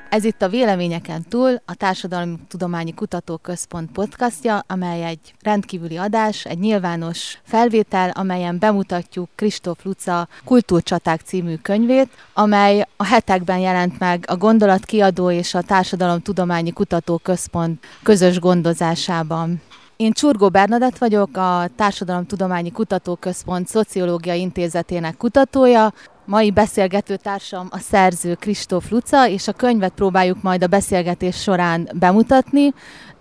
Ez itt a Véleményeken túl a Társadalomtudományi Kutatóközpont podcastja, amely egy rendkívüli adás, egy nyilvános felvétel, amelyen bemutatjuk Kristóf Luca Kultúrcsaták című könyvét, amely a hetekben jelent meg a Gondolat kiadó és a Társadalomtudományi Kutatóközpont közös gondozásában. Én Csurgó Bernadett vagyok, a Társadalomtudományi Kutatóközpont Szociológiai Intézetének kutatója. Mai beszélgetőtársam a szerző Kristóf Luca, és a könyvet próbáljuk majd a beszélgetés során bemutatni,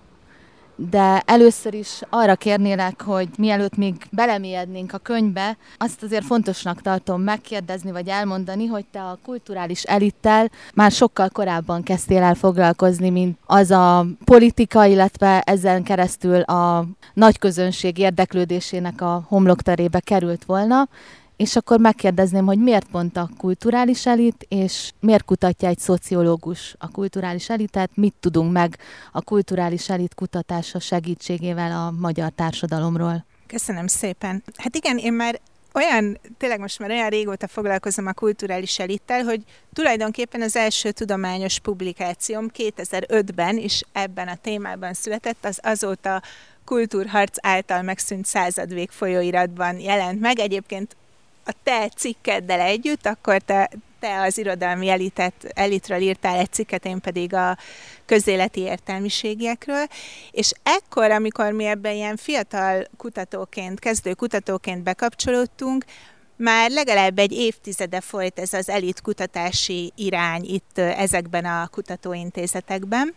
de először is arra kérnélek, hogy mielőtt még belemélyednénk a könyvbe, azt azért fontosnak tartom megkérdezni vagy elmondani, hogy te a kulturális elittel már sokkal korábban kezdtél el foglalkozni, mint az a politika, illetve ezen keresztül a nagy közönség érdeklődésének a homlokterébe került volna. És akkor megkérdezném, hogy miért pont a kulturális elit, és miért kutatja egy szociológus a kulturális elitet, mit tudunk meg a kulturális elit kutatása segítségével a magyar társadalomról? Köszönöm szépen. Hát igen, én már tényleg most már olyan régóta foglalkozom a kulturális elittel, hogy tulajdonképpen az első tudományos publikációm 2005-ben is ebben a témában született, az azóta Kultúrharc által megszűnt Századvég folyóiratban jelent meg. Egyébként a te cikkeddel együtt, akkor te az irodalmi elitről írtál egy cikket, én pedig a közéleti értelmiségiekről, és ekkor, amikor mi ebben ilyen fiatal kutatóként, kezdő kutatóként bekapcsolódtunk, már legalább egy évtizede folyt ez az elitkutatási irány itt ezekben a kutatóintézetekben.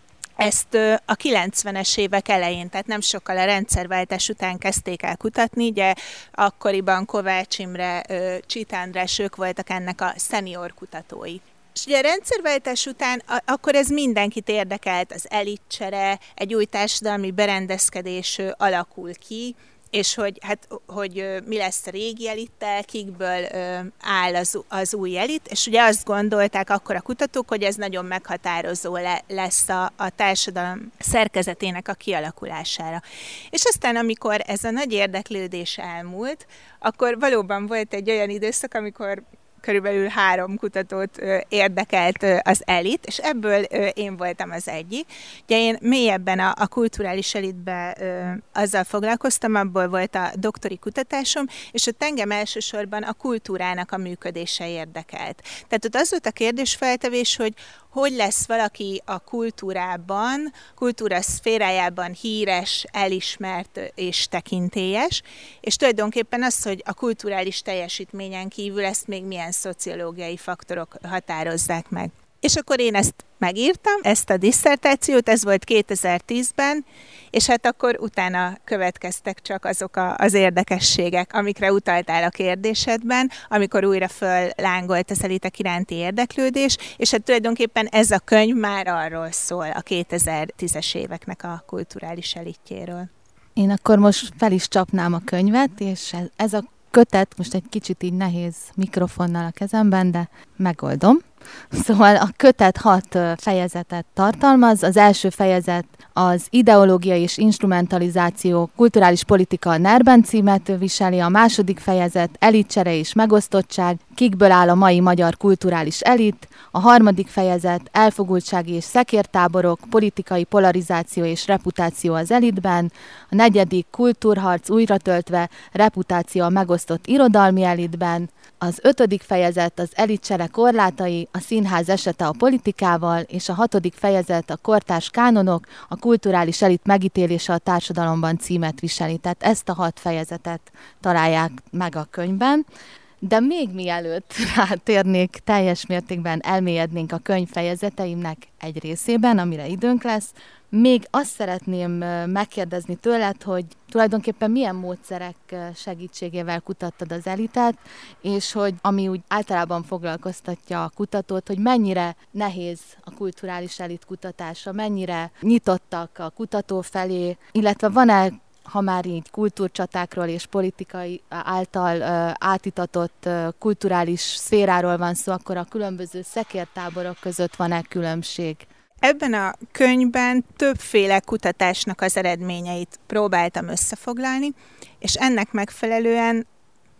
Ezt a 90-es évek elején, tehát nem sokkal a rendszerváltás után kezdték el kutatni, ugye akkoriban Kovács Imre, Csita András, ők voltak ennek a szenior kutatói. És ugye a rendszerváltás után akkor ez mindenkit érdekelt, az elitcsere, egy új társadalmi berendezkedés alakul ki, és hogy mi lesz a régi elittel, kikből áll az új elit, és ugye azt gondolták akkor a kutatók, hogy ez nagyon meghatározó lesz a társadalom szerkezetének a kialakulására. És aztán, amikor ez a nagy érdeklődés elmúlt, akkor valóban volt egy olyan időszak, amikor körülbelül 3 kutatót érdekelt az elit, és ebből én voltam az egyik. Ugye én mélyebben a kulturális elitben azzal foglalkoztam, abból volt a doktori kutatásom, és ott engem elsősorban a kultúrának a működése érdekelt. Tehát ott az volt a kérdésfeltevés, hogy lesz valaki a kultúrában, kultúra szférájában híres, elismert és tekintélyes, és tulajdonképpen az, hogy a kulturális teljesítményen kívül ezt még milyen szociológiai faktorok határozzák meg. És akkor én ezt megírtam, ezt a disszertációt, ez volt 2010-ben, és hát akkor utána következtek csak azok az érdekességek, amikre utaltál a kérdésedben, amikor újra föllángolt az elitek iránti érdeklődés, és hát tulajdonképpen ez a könyv már arról szól, a 2010-es éveknek a kulturális elitjéről. Én akkor most fel is csapnám a könyvet, és ez a kötet, most egy kicsit így nehéz mikrofonnal a kezemben, de megoldom. Szóval a kötet 6 fejezetet tartalmaz. Az első fejezet az ideológia és instrumentalizáció, kulturális politika a NER-ben címet viseli, a második fejezet elitcsere és megosztottság, kikből áll a mai magyar kulturális elit, a harmadik fejezet elfogultsági és szekértáborok, politikai polarizáció és reputáció az elitben, a negyedik kultúrharc újratöltve, reputáció a megosztott irodalmi elitben, az 5. fejezet az elitcsere korlátai, a színház esete a politikával, és a 6. fejezet a kortárs kánonok, a kulturális elit megítélése a társadalomban címet viseli. Tehát ezt a 6 fejezetet találják meg a könyvben. De még mielőtt rátérnék, teljes mértékben elmélyednénk a könyv fejezeteimnek egy részében, amire időnk lesz, még azt szeretném megkérdezni tőled, hogy tulajdonképpen milyen módszerek segítségével kutattad az elitet, és hogy ami úgy általában foglalkoztatja a kutatót, hogy mennyire nehéz a kulturális elit kutatása, mennyire nyitottak a kutató felé, illetve van-e, ha már így kultúrcsatákról és politikai által átitatott kulturális szféráról van szó, akkor a különböző szekértáborok között van-e különbség? Ebben a könyvben többféle kutatásnak az eredményeit próbáltam összefoglalni, és ennek megfelelően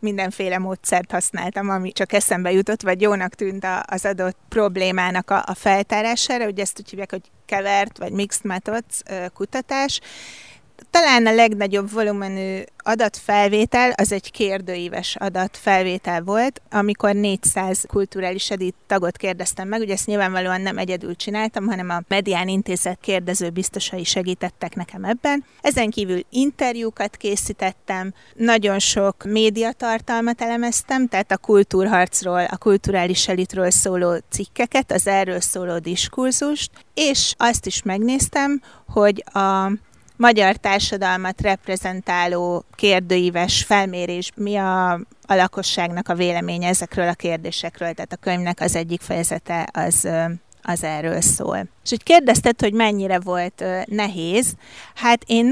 mindenféle módszert használtam, ami csak eszembe jutott, vagy jónak tűnt az adott problémának a feltárására. Ugye ezt úgy hívják, hogy kevert, vagy mixed methods kutatás. Talán a legnagyobb volumenű adatfelvétel az egy kérdőíves adatfelvétel volt, amikor 400 kulturális elit tagot kérdeztem meg. Ugye ezt nyilvánvalóan nem egyedül csináltam, hanem a Medián Intézet kérdező biztosai segítettek nekem ebben. Ezen kívül interjúkat készítettem, nagyon sok médiatartalmat elemeztem, tehát a kultúrharcról, a kulturális elitről szóló cikkeket, az erről szóló diskurzust, és azt is megnéztem, hogy a magyar társadalmat reprezentáló kérdőíves felmérés, mi a lakosságnak a véleménye ezekről a kérdésekről, tehát a könyvnek az egyik fejezete az erről szól. És úgy kérdezted, hogy mennyire volt nehéz, hát én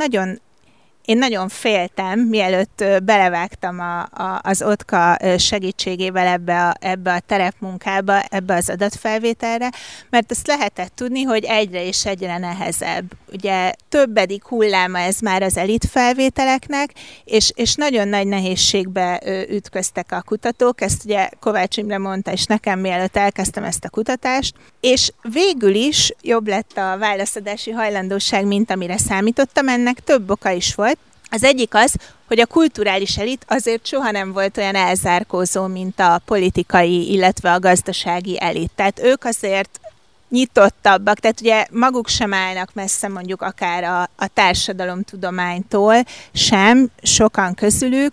nagyon féltem, mielőtt belevágtam az OTKA segítségével ebbe a terepmunkába, ebbe az adatfelvételre, mert azt lehetett tudni, hogy egyre és egyre nehezebb. Ugye többedik hulláma ez már az elitfelvételeknek, és nagyon nagy nehézségbe ütköztek a kutatók, ezt ugye Kovács Imre mondta, és nekem mielőtt elkezdtem ezt a kutatást, és végül is jobb lett a válaszadási hajlandóság, mint amire számítottam, ennek több oka is volt. Az egyik az, hogy a kulturális elit azért soha nem volt olyan elzárkózó, mint a politikai, illetve a gazdasági elit. Tehát ők azért nyitottabbak, tehát ugye maguk sem állnak messze mondjuk akár a társadalomtudománytól sem, sokan közülük,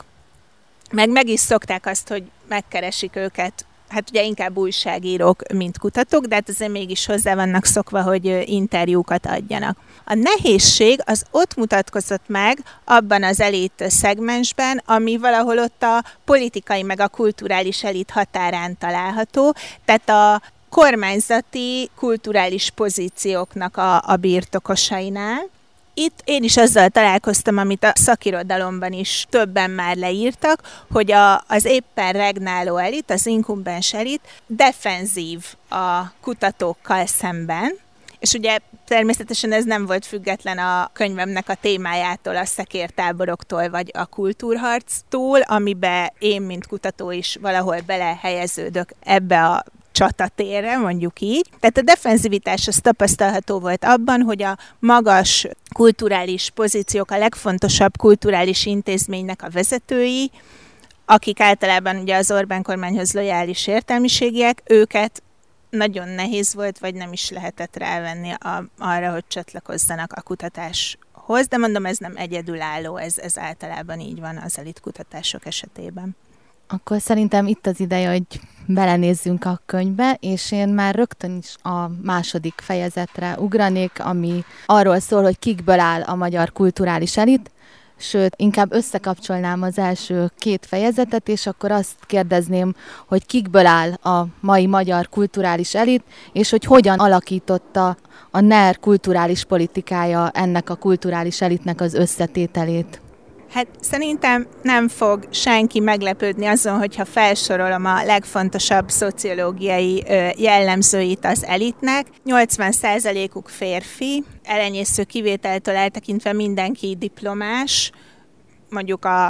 meg is szokták azt, hogy megkeresik őket, hát ugye inkább újságírók, mint kutatók, de hát azért mégis hozzá vannak szokva, hogy interjúkat adjanak. A nehézség az ott mutatkozott meg abban az elit szegmensben, ami valahol ott a politikai meg a kulturális elit határán található, tehát a kormányzati kulturális pozícióknak a birtokosainál. Itt én is azzal találkoztam, amit a szakirodalomban is többen már leírtak, hogy az éppen regnáló elit, az inkumbens elit defenzív a kutatókkal szemben, és ugye természetesen ez nem volt független a könyvemnek a témájától, a szekértáboroktól vagy a kultúrharctól, amiben én, mint kutató is valahol belehelyeződök ebbe a csatatérre, mondjuk így. Tehát a defenzivitás az tapasztalható volt abban, hogy a magas kulturális pozíciók, a legfontosabb kulturális intézménynek a vezetői, akik általában ugye az Orbán kormányhoz lojális értelmiségiek, őket nagyon nehéz volt, vagy nem is lehetett rávenni arra, hogy csatlakozzanak a kutatáshoz, de mondom, ez nem egyedülálló, ez általában így van az elitkutatások esetében. Akkor szerintem itt az ideje, hogy belenézzünk a könyvbe, és én már rögtön is a második fejezetre ugranék, ami arról szól, hogy kikből áll a magyar kulturális elit, sőt, inkább összekapcsolnám az első két fejezetet, és akkor azt kérdezném, hogy kikből áll a mai magyar kulturális elit, és hogy hogyan alakította a NER kulturális politikája ennek a kulturális elitnek az összetételét. Hát szerintem nem fog senki meglepődni azon, hogyha felsorolom a legfontosabb szociológiai jellemzőit az elitnek. 80%-uk férfi, elenyésző kivételtől eltekintve mindenki diplomás, mondjuk a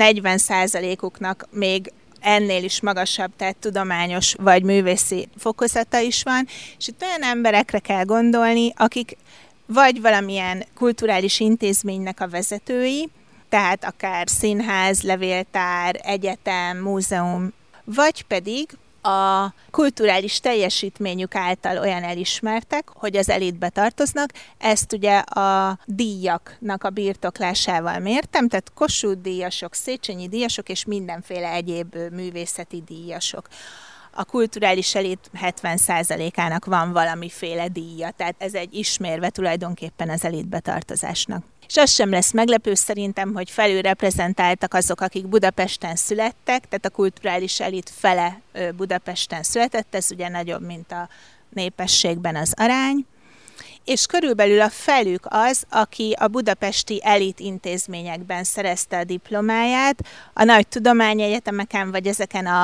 40%-uknak még ennél is magasabb, tehát tudományos vagy művészi fokozata is van, és itt olyan emberekre kell gondolni, akik vagy valamilyen kulturális intézménynek a vezetői, tehát akár színház, levéltár, egyetem, múzeum, vagy pedig a kulturális teljesítményük által olyan elismertek, hogy az elitbe tartoznak. Ezt ugye a díjaknak a birtoklásával mértem, tehát Kossuth-díjasok, Széchenyi díjasok és mindenféle egyéb művészeti díjasok. A kulturális elit 70%-ának van valamiféle díja, tehát ez egy ismérve tulajdonképpen az elitbe tartozásnak. És az sem lesz meglepő szerintem, hogy felülreprezentáltak azok, akik Budapesten születtek, tehát a kulturális elit fele Budapesten született, ez ugye nagyobb, mint a népességben az arány. És körülbelül a felük az, aki a budapesti elit intézményekben szerezte a diplomáját, a nagy tudományegyetemeken, vagy ezeken a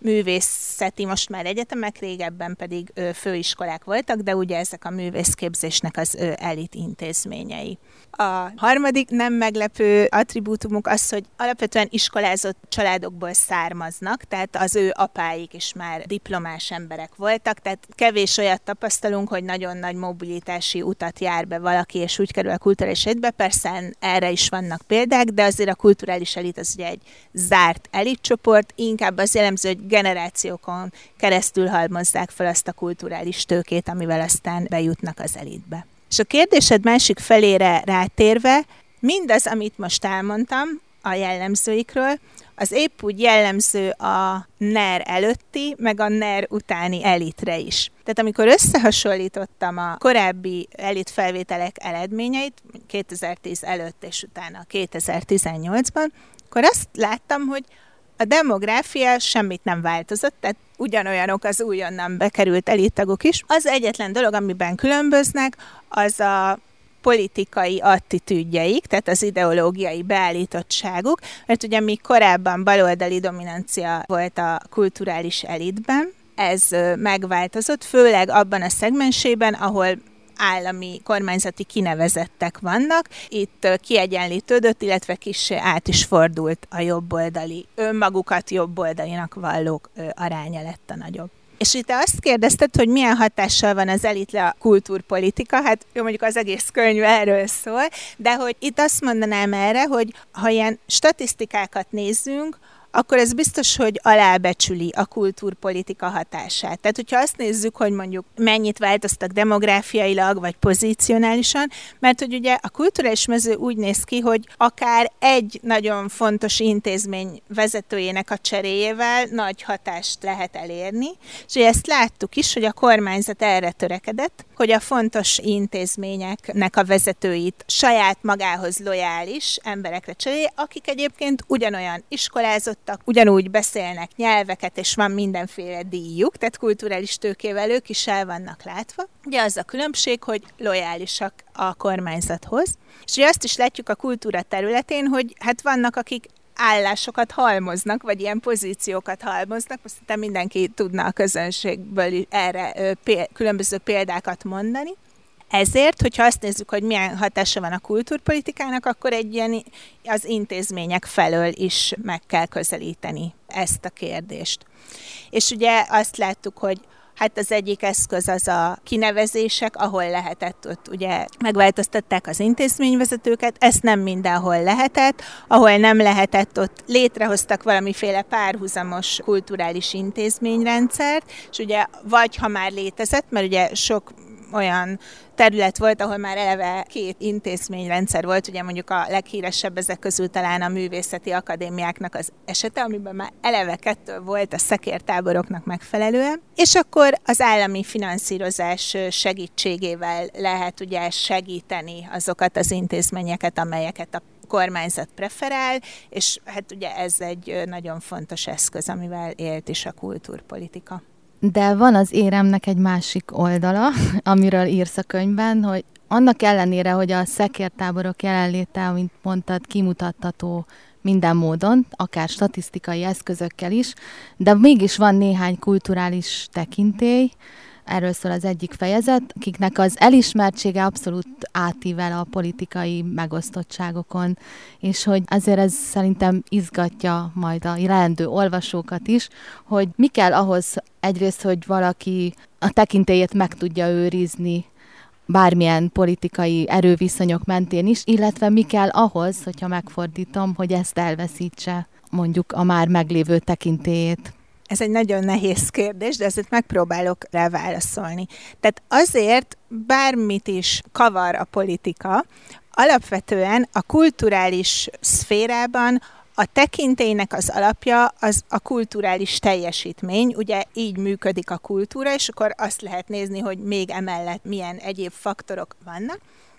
művészeti, most már egyetemek, régebben pedig főiskolák voltak, de ugye ezek a művészképzésnek az elit intézményei. A harmadik nem meglepő attribútumuk az, hogy alapvetően iskolázott családokból származnak, tehát az ő apáik is már diplomás emberek voltak, tehát kevés olyat tapasztalunk, hogy nagyon nagy mobilitási utat jár be valaki, és úgy kerül a kulturális elitbe. Persze erre is vannak példák, de azért a kulturális elit az ugye egy zárt elitcsoport, inkább az jellemző, hogy generációkon keresztül halmozzák fel azt a kulturális tőkét, amivel aztán bejutnak az elitbe. És a kérdésed másik felére rátérve, mindaz, amit most elmondtam a jellemzőikről, az épp úgy jellemző a NER előtti, meg a NER utáni elitre is. Tehát amikor összehasonlítottam a korábbi elitfelvételek eredményeit, 2010 előtt és utána 2018-ban, akkor azt láttam, hogy a demográfia semmit nem változott, tehát ugyanolyanok az újonnan bekerült elittagok is. Az egyetlen dolog, amiben különböznek, az a politikai attitűdjeik, tehát az ideológiai beállítottságuk, mert ugye még korábban baloldali dominancia volt a kulturális elitben, ez megváltozott, főleg abban a szegmensében, ahol állami kormányzati kinevezettek vannak. Itt kiegyenlítődött, illetve kissé át is fordult a jobboldali, önmagukat jobboldalinak vallók aránya lett a nagyobb. És itt azt kérdezted, hogy milyen hatással van az elitre a kultúrpolitika, hát jó, mondjuk az egész könyv erről szól, de hogy itt azt mondanám erre, hogy ha ilyen statisztikákat nézzünk, akkor ez biztos, hogy alábecsüli a kultúrpolitika hatását. Tehát, hogyha azt nézzük, hogy mondjuk mennyit változtak demográfiailag, vagy pozícionálisan, mert hogy ugye a kulturális mező úgy néz ki, hogy akár egy nagyon fontos intézmény vezetőjének a cseréjével nagy hatást lehet elérni, és ugye ezt láttuk is, hogy a kormányzat erre törekedett, hogy a fontos intézményeknek a vezetőit saját magához lojális emberekre cserélje, akik egyébként ugyanolyan iskolázottak, ugyanúgy beszélnek nyelveket, és van mindenféle díjuk, tehát kulturális tőkével ők is el vannak látva. Ugye az a különbség, hogy lojálisak a kormányzathoz. És ugye azt is látjuk a kultúra területén, hogy hát vannak, akik állásokat halmoznak, vagy ilyen pozíciókat halmoznak, most mindenki tudna a közönségből erre különböző példákat mondani. Ezért, hogyha azt nézzük, hogy milyen hatása van a kultúrpolitikának, akkor egy ilyen az intézmények felől is meg kell közelíteni ezt a kérdést. És ugye azt láttuk, hogy hát az egyik eszköz az a kinevezések, ahol lehetett, ott ugye megváltoztatták az intézményvezetőket, ezt nem mindenhol lehetett, ahol nem lehetett, ott létrehoztak valamiféle párhuzamos kulturális intézményrendszert, és ugye vagy ha már létezett, mert ugye sok olyan terület volt, ahol már eleve két intézményrendszer volt, ugye mondjuk a leghíresebb ezek közül talán a művészeti akadémiáknak az esete, amiben már eleve kettő volt a szekértáboroknak megfelelően, és akkor az állami finanszírozás segítségével lehet ugye segíteni azokat az intézményeket, amelyeket a kormányzat preferál, és hát ugye ez egy nagyon fontos eszköz, amivel élt is a kultúrpolitika. De van az éremnek egy másik oldala, amiről írsz a könyvben, hogy annak ellenére, hogy a szekértáborok jelenléte, amint mondtad, kimutatható minden módon, akár statisztikai eszközökkel is, de mégis van néhány kulturális tekintély, erről szól az egyik fejezet, akiknek az elismertsége abszolút átível a politikai megosztottságokon, és hogy azért ez szerintem izgatja majd a leendő olvasókat is, hogy mi kell ahhoz egyrészt, hogy valaki a tekintélyét meg tudja őrizni, bármilyen politikai erőviszonyok mentén is, illetve mi kell ahhoz, hogyha megfordítom, hogy ezt elveszítse mondjuk a már meglévő tekintélyét. Ez egy nagyon nehéz kérdés, de ezért megpróbálok rá válaszolni. Tehát azért bármit is kavar a politika, alapvetően a kulturális szférában a tekintélynek az alapja az a kulturális teljesítmény, ugye így működik a kultúra, és akkor azt lehet nézni, hogy még emellett milyen egyéb faktorok vannak.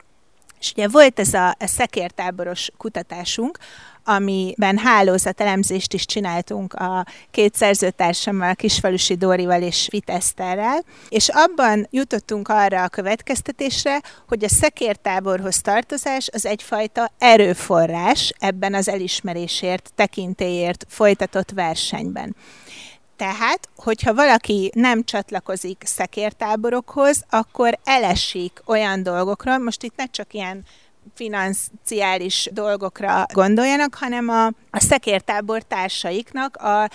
És ugye volt ez a szekértáboros kutatásunk, amiben hálózatelemzést is csináltunk a két szerzőtársammal, Kisfalusi Dórival és Vitt Eszterrel, és abban jutottunk arra a következtetésre, hogy a szekértáborhoz tartozás az egyfajta erőforrás ebben az elismerésért, tekintélyért folytatott versenyben. Tehát, hogyha valaki nem csatlakozik szekértáborokhoz, akkor elesik olyan dolgokra, most itt ne csak ilyen financiális dolgokra gondoljanak, hanem a szekértábor társaiknak a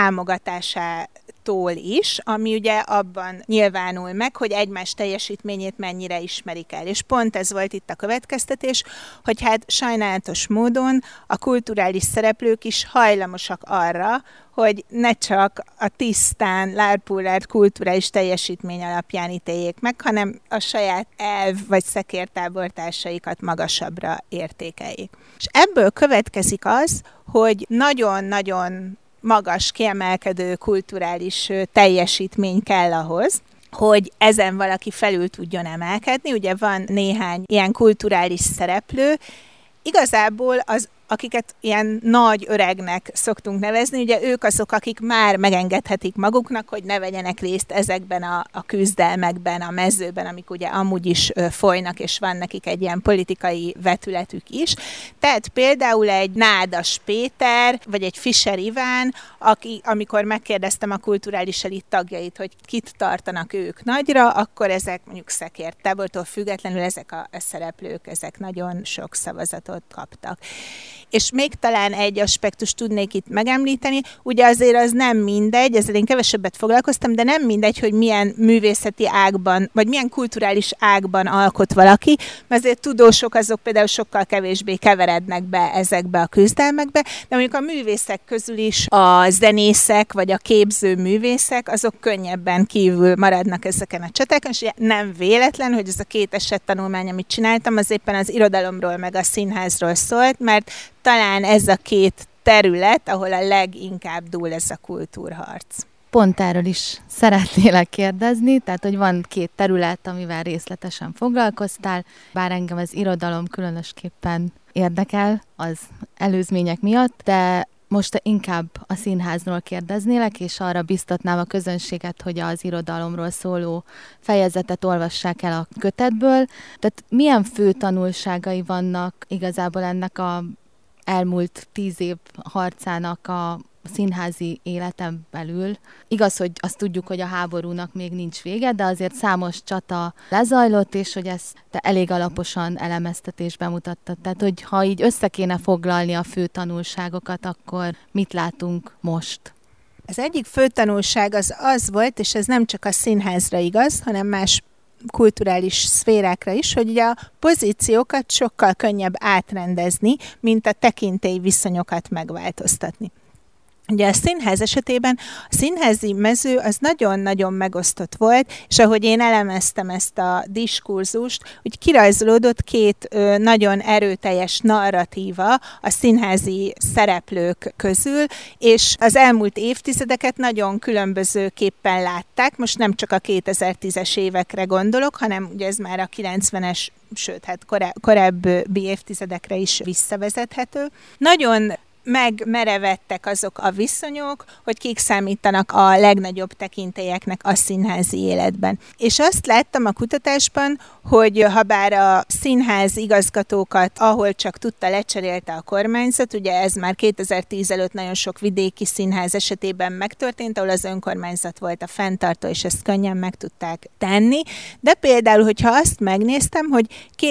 támogatásától is, ami ugye abban nyilvánul meg, hogy egymás teljesítményét mennyire ismerik el. És pont ez volt itt a következtetés, hogy hát sajnálatos módon a kulturális szereplők is hajlamosak arra, hogy ne csak a tisztán lárpullárt kulturális teljesítmény alapján ítéljék meg, hanem a saját elv vagy szekértábortársaikat magasabbra értékeljék. És ebből következik az, hogy nagyon-nagyon magas, kiemelkedő kulturális teljesítmény kell ahhoz, hogy ezen valaki felül tudjon emelkedni. Ugye van néhány ilyen kulturális szereplő, igazából akiket ilyen nagy öregnek szoktunk nevezni, ugye ők azok, akik már megengedhetik maguknak, hogy ne vegyenek részt ezekben a küzdelmekben, a mezőben, amik ugye amúgy is folynak, és van nekik egy ilyen politikai vetületük is. Tehát például egy Nádas Péter, vagy egy Fischer Iván, amikor megkérdeztem a kulturális elit tagjait, hogy kit tartanak ők nagyra, akkor ezek mondjuk szekértábortól függetlenül ezek a szereplők, ezek nagyon sok szavazatot kaptak. És még talán egy aspektust tudnék itt megemlíteni, ugye azért az nem mindegy, ezzel én kevesebbet foglalkoztam, de nem mindegy, hogy milyen művészeti ágban, vagy milyen kulturális ágban alkot valaki, mert azért tudósok azok például sokkal kevésbé keverednek be ezekbe a küzdelmekbe, de mondjuk a művészek közül is a zenészek, vagy a képző művészek, azok könnyebben kívül maradnak ezeken a csatákon, és nem véletlen, hogy ez a 2 esettanulmány, amit csináltam, az éppen az irodalomról, meg a színházról szólt, mert talán ez a 2 terület, ahol a leginkább dúl ez a kultúrharc. Pont erről is szeretnélek kérdezni, tehát hogy van 2 terület, amivel részletesen foglalkoztál, bár engem az irodalom különösképpen érdekel az előzmények miatt, de most inkább a színházról kérdeznélek, és arra biztatnám a közönséget, hogy az irodalomról szóló fejezetet olvassák el a kötetből. Tehát milyen fő tanulságai vannak igazából ennek a elmúlt 10 év harcának a színházi életen belül? Igaz, hogy azt tudjuk, hogy a háborúnak még nincs vége, de azért számos csata lezajlott, és hogy ezt te elég alaposan elemezted és bemutattad. Tehát, hogy ha így össze kéne foglalni a fő tanulságokat, akkor mit látunk most? Az egyik fő tanulság az volt, és ez nem csak a színházra igaz, hanem más kulturális szférákra is, hogy ugye a pozíciókat sokkal könnyebb átrendezni, mint a tekintély viszonyokat megváltoztatni. Ugye a színház esetében a színházi mező az nagyon-nagyon megosztott volt, és ahogy én elemeztem ezt a diskurzust, úgy kirajzolódott 2 nagyon erőteljes narratíva a színházi szereplők közül, és az elmúlt évtizedeket nagyon különbözőképpen látták, most nem csak a 2010-es évekre gondolok, hanem ugye ez már a 90-es, sőt, hát korábbi évtizedekre is visszavezethető. Nagyon megmerevettek azok a viszonyok, hogy kik számítanak a legnagyobb tekintélyeknek a színházi életben. És azt láttam a kutatásban, hogy habár a színház igazgatókat, ahol csak tudta, lecserélte a kormányzat, ugye ez már 2010 előtt nagyon sok vidéki színház esetében megtörtént, ahol az önkormányzat volt a fenntartó, és ezt könnyen meg tudták tenni, de például, hogyha azt megnéztem, hogy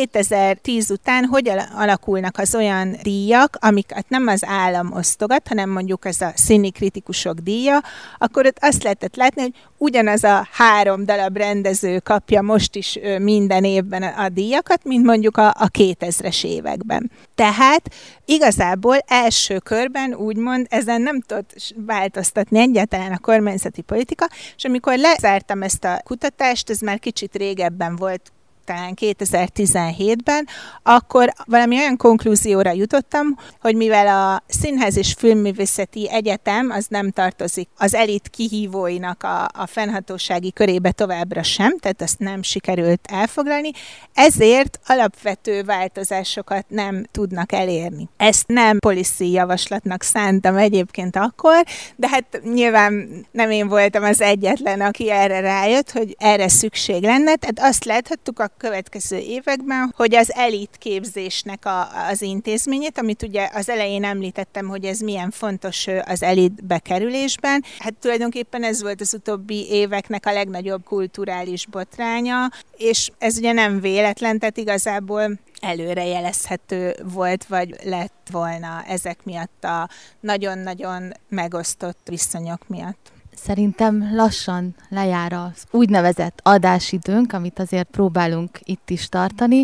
2010 után hogyan alakulnak az olyan díjak, amiket nem az állam osztogat, hanem mondjuk ez a színi kritikusok díja, akkor ott azt lehetett látni, hogy ugyanaz a 3 darab rendező kapja most is minden évben a díjakat, mint mondjuk a 2000-es években. Tehát igazából első körben úgymond ezen nem tudott változtatni egyáltalán a kormányzati politika, és amikor lezártam ezt a kutatást, ez már kicsit régebben volt, talán 2017-ben, akkor valami olyan konklúzióra jutottam, hogy mivel a Színház és Filmművészeti Egyetem az nem tartozik az elit kihívóinak a fennhatósági körébe továbbra sem, tehát azt nem sikerült elfoglalni, ezért alapvető változásokat nem tudnak elérni. Ezt nem policy javaslatnak szántam egyébként akkor, de hát nyilván nem én voltam az egyetlen, aki erre rájött, hogy erre szükség lenne, tehát azt láthattuk a következő években, hogy az elitképzésnek az intézményét, amit ugye az elején említettem, hogy ez milyen fontos az elit bekerülésben. Hát tulajdonképpen ez volt az utóbbi éveknek a legnagyobb kulturális botránya, és ez ugye nem véletlen, tehát igazából előrejelezhető volt, vagy lett volna ezek miatt a nagyon-nagyon megosztott viszonyok miatt. Szerintem lassan lejár az úgynevezett adásidőnk, amit azért próbálunk itt is tartani,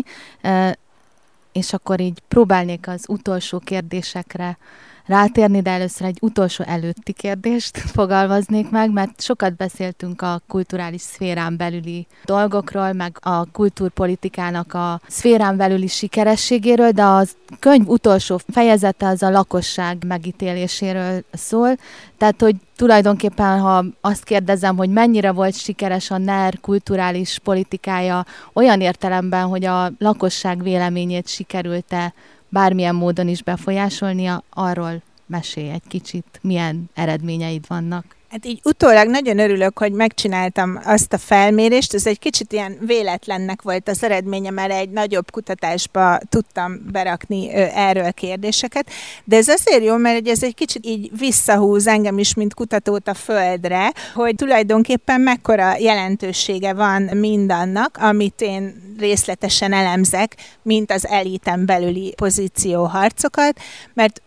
és akkor így próbálnék az utolsó kérdésekre rátérni, de először egy utolsó előtti kérdést fogalmaznék meg, mert sokat beszéltünk a kulturális szférán belüli dolgokról, meg a kultúrpolitikának a szférán belüli sikerességéről, de a könyv utolsó fejezete az a lakosság megítéléséről szól, tehát hogy tulajdonképpen, ha azt kérdezem, hogy mennyire volt sikeres a NER kulturális politikája olyan értelemben, hogy a lakosság véleményét sikerült-e bármilyen módon is befolyásolnia, arról mesélj egy kicsit, milyen eredményeid vannak. Hát így utólag nagyon örülök, hogy megcsináltam azt a felmérést, ez egy kicsit ilyen véletlennek volt az eredménye, mert egy nagyobb kutatásba tudtam berakni erről kérdéseket, de ez azért jó, mert ez egy kicsit így visszahúz engem is, mint kutatót a földre, hogy tulajdonképpen mekkora jelentősége van mindannak, amit én részletesen elemzek, mint az eliten belüli pozícióharcokat, mert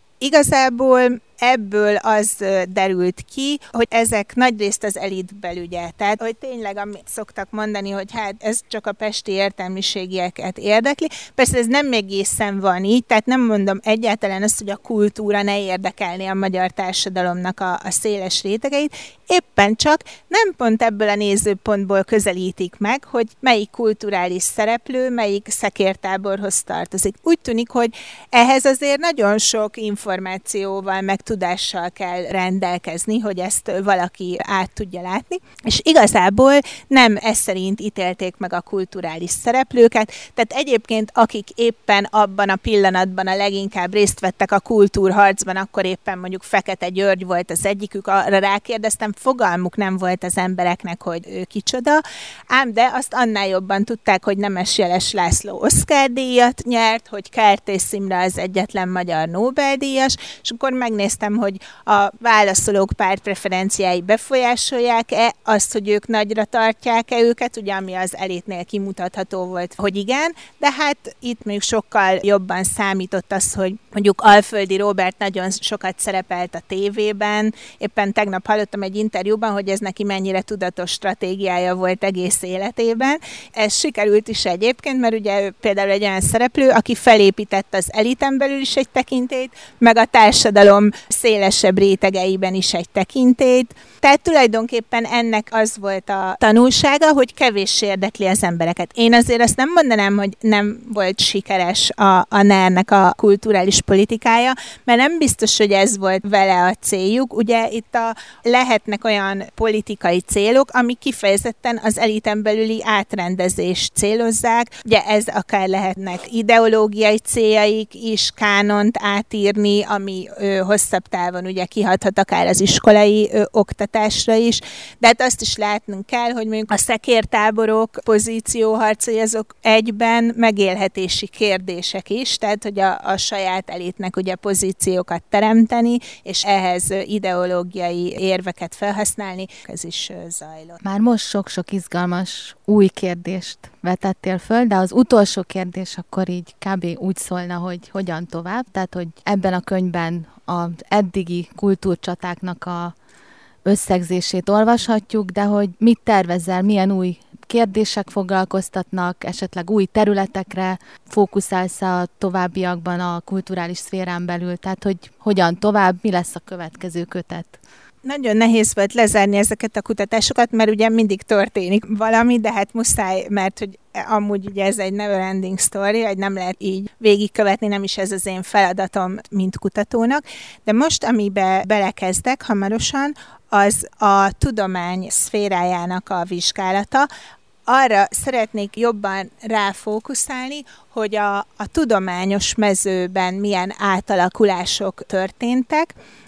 igazából ebből az derült ki, hogy ezek nagyrészt az elit belügye. Tehát, hogy tényleg, amit szoktak mondani, hogy hát ez csak a pesti értelmiségieket érdekli. Persze ez nem egészen van így, tehát nem mondom egyáltalán azt, hogy a kultúra ne érdekelné a magyar társadalomnak a széles rétegeit. Éppen csak nem pont ebből a nézőpontból közelítik meg, hogy melyik kulturális szereplő, melyik szekértáborhoz tartozik. Úgy tűnik, hogy ehhez azért nagyon sok információval, meg tudással kell rendelkezni, hogy ezt valaki át tudja látni. És igazából nem ez szerint ítélték meg a kulturális szereplőket, tehát egyébként akik éppen abban a pillanatban a leginkább részt vettek a kultúrharcban, akkor éppen mondjuk Fekete György volt az egyikük, arra rákérdeztem, fogalmuk nem volt az embereknek, hogy ő kicsoda, ám de azt annál jobban tudták, hogy Nemes Jeles László Oscar-díjat nyert, hogy Kertész Imre az egyetlen magyar Nobel-díjas, és akkor megnéztem, hogy a válaszolók pártpreferenciái befolyásolják-e azt, hogy ők nagyra tartják-e őket, ugye ami az elitnél kimutatható volt, hogy igen, de hát itt még sokkal jobban számított az, hogy mondjuk Alföldi Róbert nagyon sokat szerepelt a tévében, éppen tegnap hallottam egy interjúban, hogy ez neki mennyire tudatos stratégiája volt egész életében. Ez sikerült is egyébként, mert ugye ő például egy olyan szereplő, aki felépített az eliten belül is egy tekintélyt, meg a társadalom szélesebb rétegeiben is egy tekintélyt. Tehát tulajdonképpen ennek az volt a tanulsága, hogy kevéssé érdekli az embereket. Én azért azt nem mondanám, hogy nem volt sikeres a NER-nek a kulturális politikája, mert nem biztos, hogy ez volt vele a céljuk. Ugye itt lehetnek olyan politikai célok, amik kifejezetten az eliten belüli átrendezést célozzák. Ugye ez akár lehetnek ideológiai céljaik is, kánont átírni, ami hosszabb távon ugye kihathat akár az iskolai oktatásra is, de hát azt is látnunk kell, hogy mondjuk a szekértáborok pozícióharcai azok egyben megélhetési kérdések is, tehát hogy a saját elitnek ugye pozíciókat teremteni, és ehhez ideológiai érveket felhasználni, ez is zajlott. Már most sok-sok izgalmas új kérdést vetettél föl, de az utolsó kérdés akkor így kb. Úgy szólna, hogy hogyan tovább, tehát hogy ebben a könyvben az eddigi kultúrcsatáknak a összegzését olvashatjuk, de hogy mit tervezel, milyen új kérdések foglalkoztatnak, esetleg új területekre fókuszálsz a továbbiakban a kulturális szférán belül, tehát hogy hogyan tovább, mi lesz a következő kötet? Nagyon nehéz volt lezárni ezeket a kutatásokat, mert ugye mindig történik valami, de hát muszáj, mert hogy amúgy ugye ez egy never ending story, hogy nem lehet így végigkövetni, nem is ez az én feladatom, mint kutatónak. De most, amiben belekezdek hamarosan, az a tudomány szférájának a vizsgálata. Arra szeretnék jobban ráfókuszálni, hogy a tudományos mezőben milyen átalakulások történtek,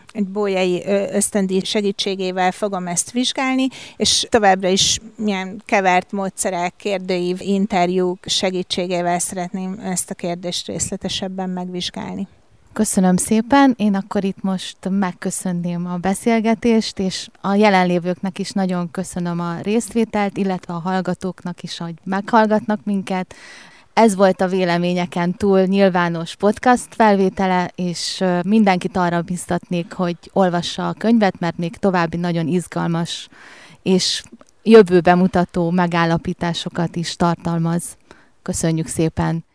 egy bolyai ösztöndíj segítségével fogom ezt vizsgálni, és továbbra is milyen kevert módszerek, kérdőív, interjúk segítségével szeretném ezt a kérdést részletesebben megvizsgálni. Köszönöm szépen, én akkor itt most megköszönném a beszélgetést, és a jelenlévőknek is nagyon köszönöm a részvételt, illetve a hallgatóknak is, hogy meghallgatnak minket. Ez volt a Véleményeken túl nyilvános podcast felvétele, és mindenkit arra biztatnék, hogy olvassa a könyvet, mert még további nagyon izgalmas és jövőbe mutató megállapításokat is tartalmaz. Köszönjük szépen!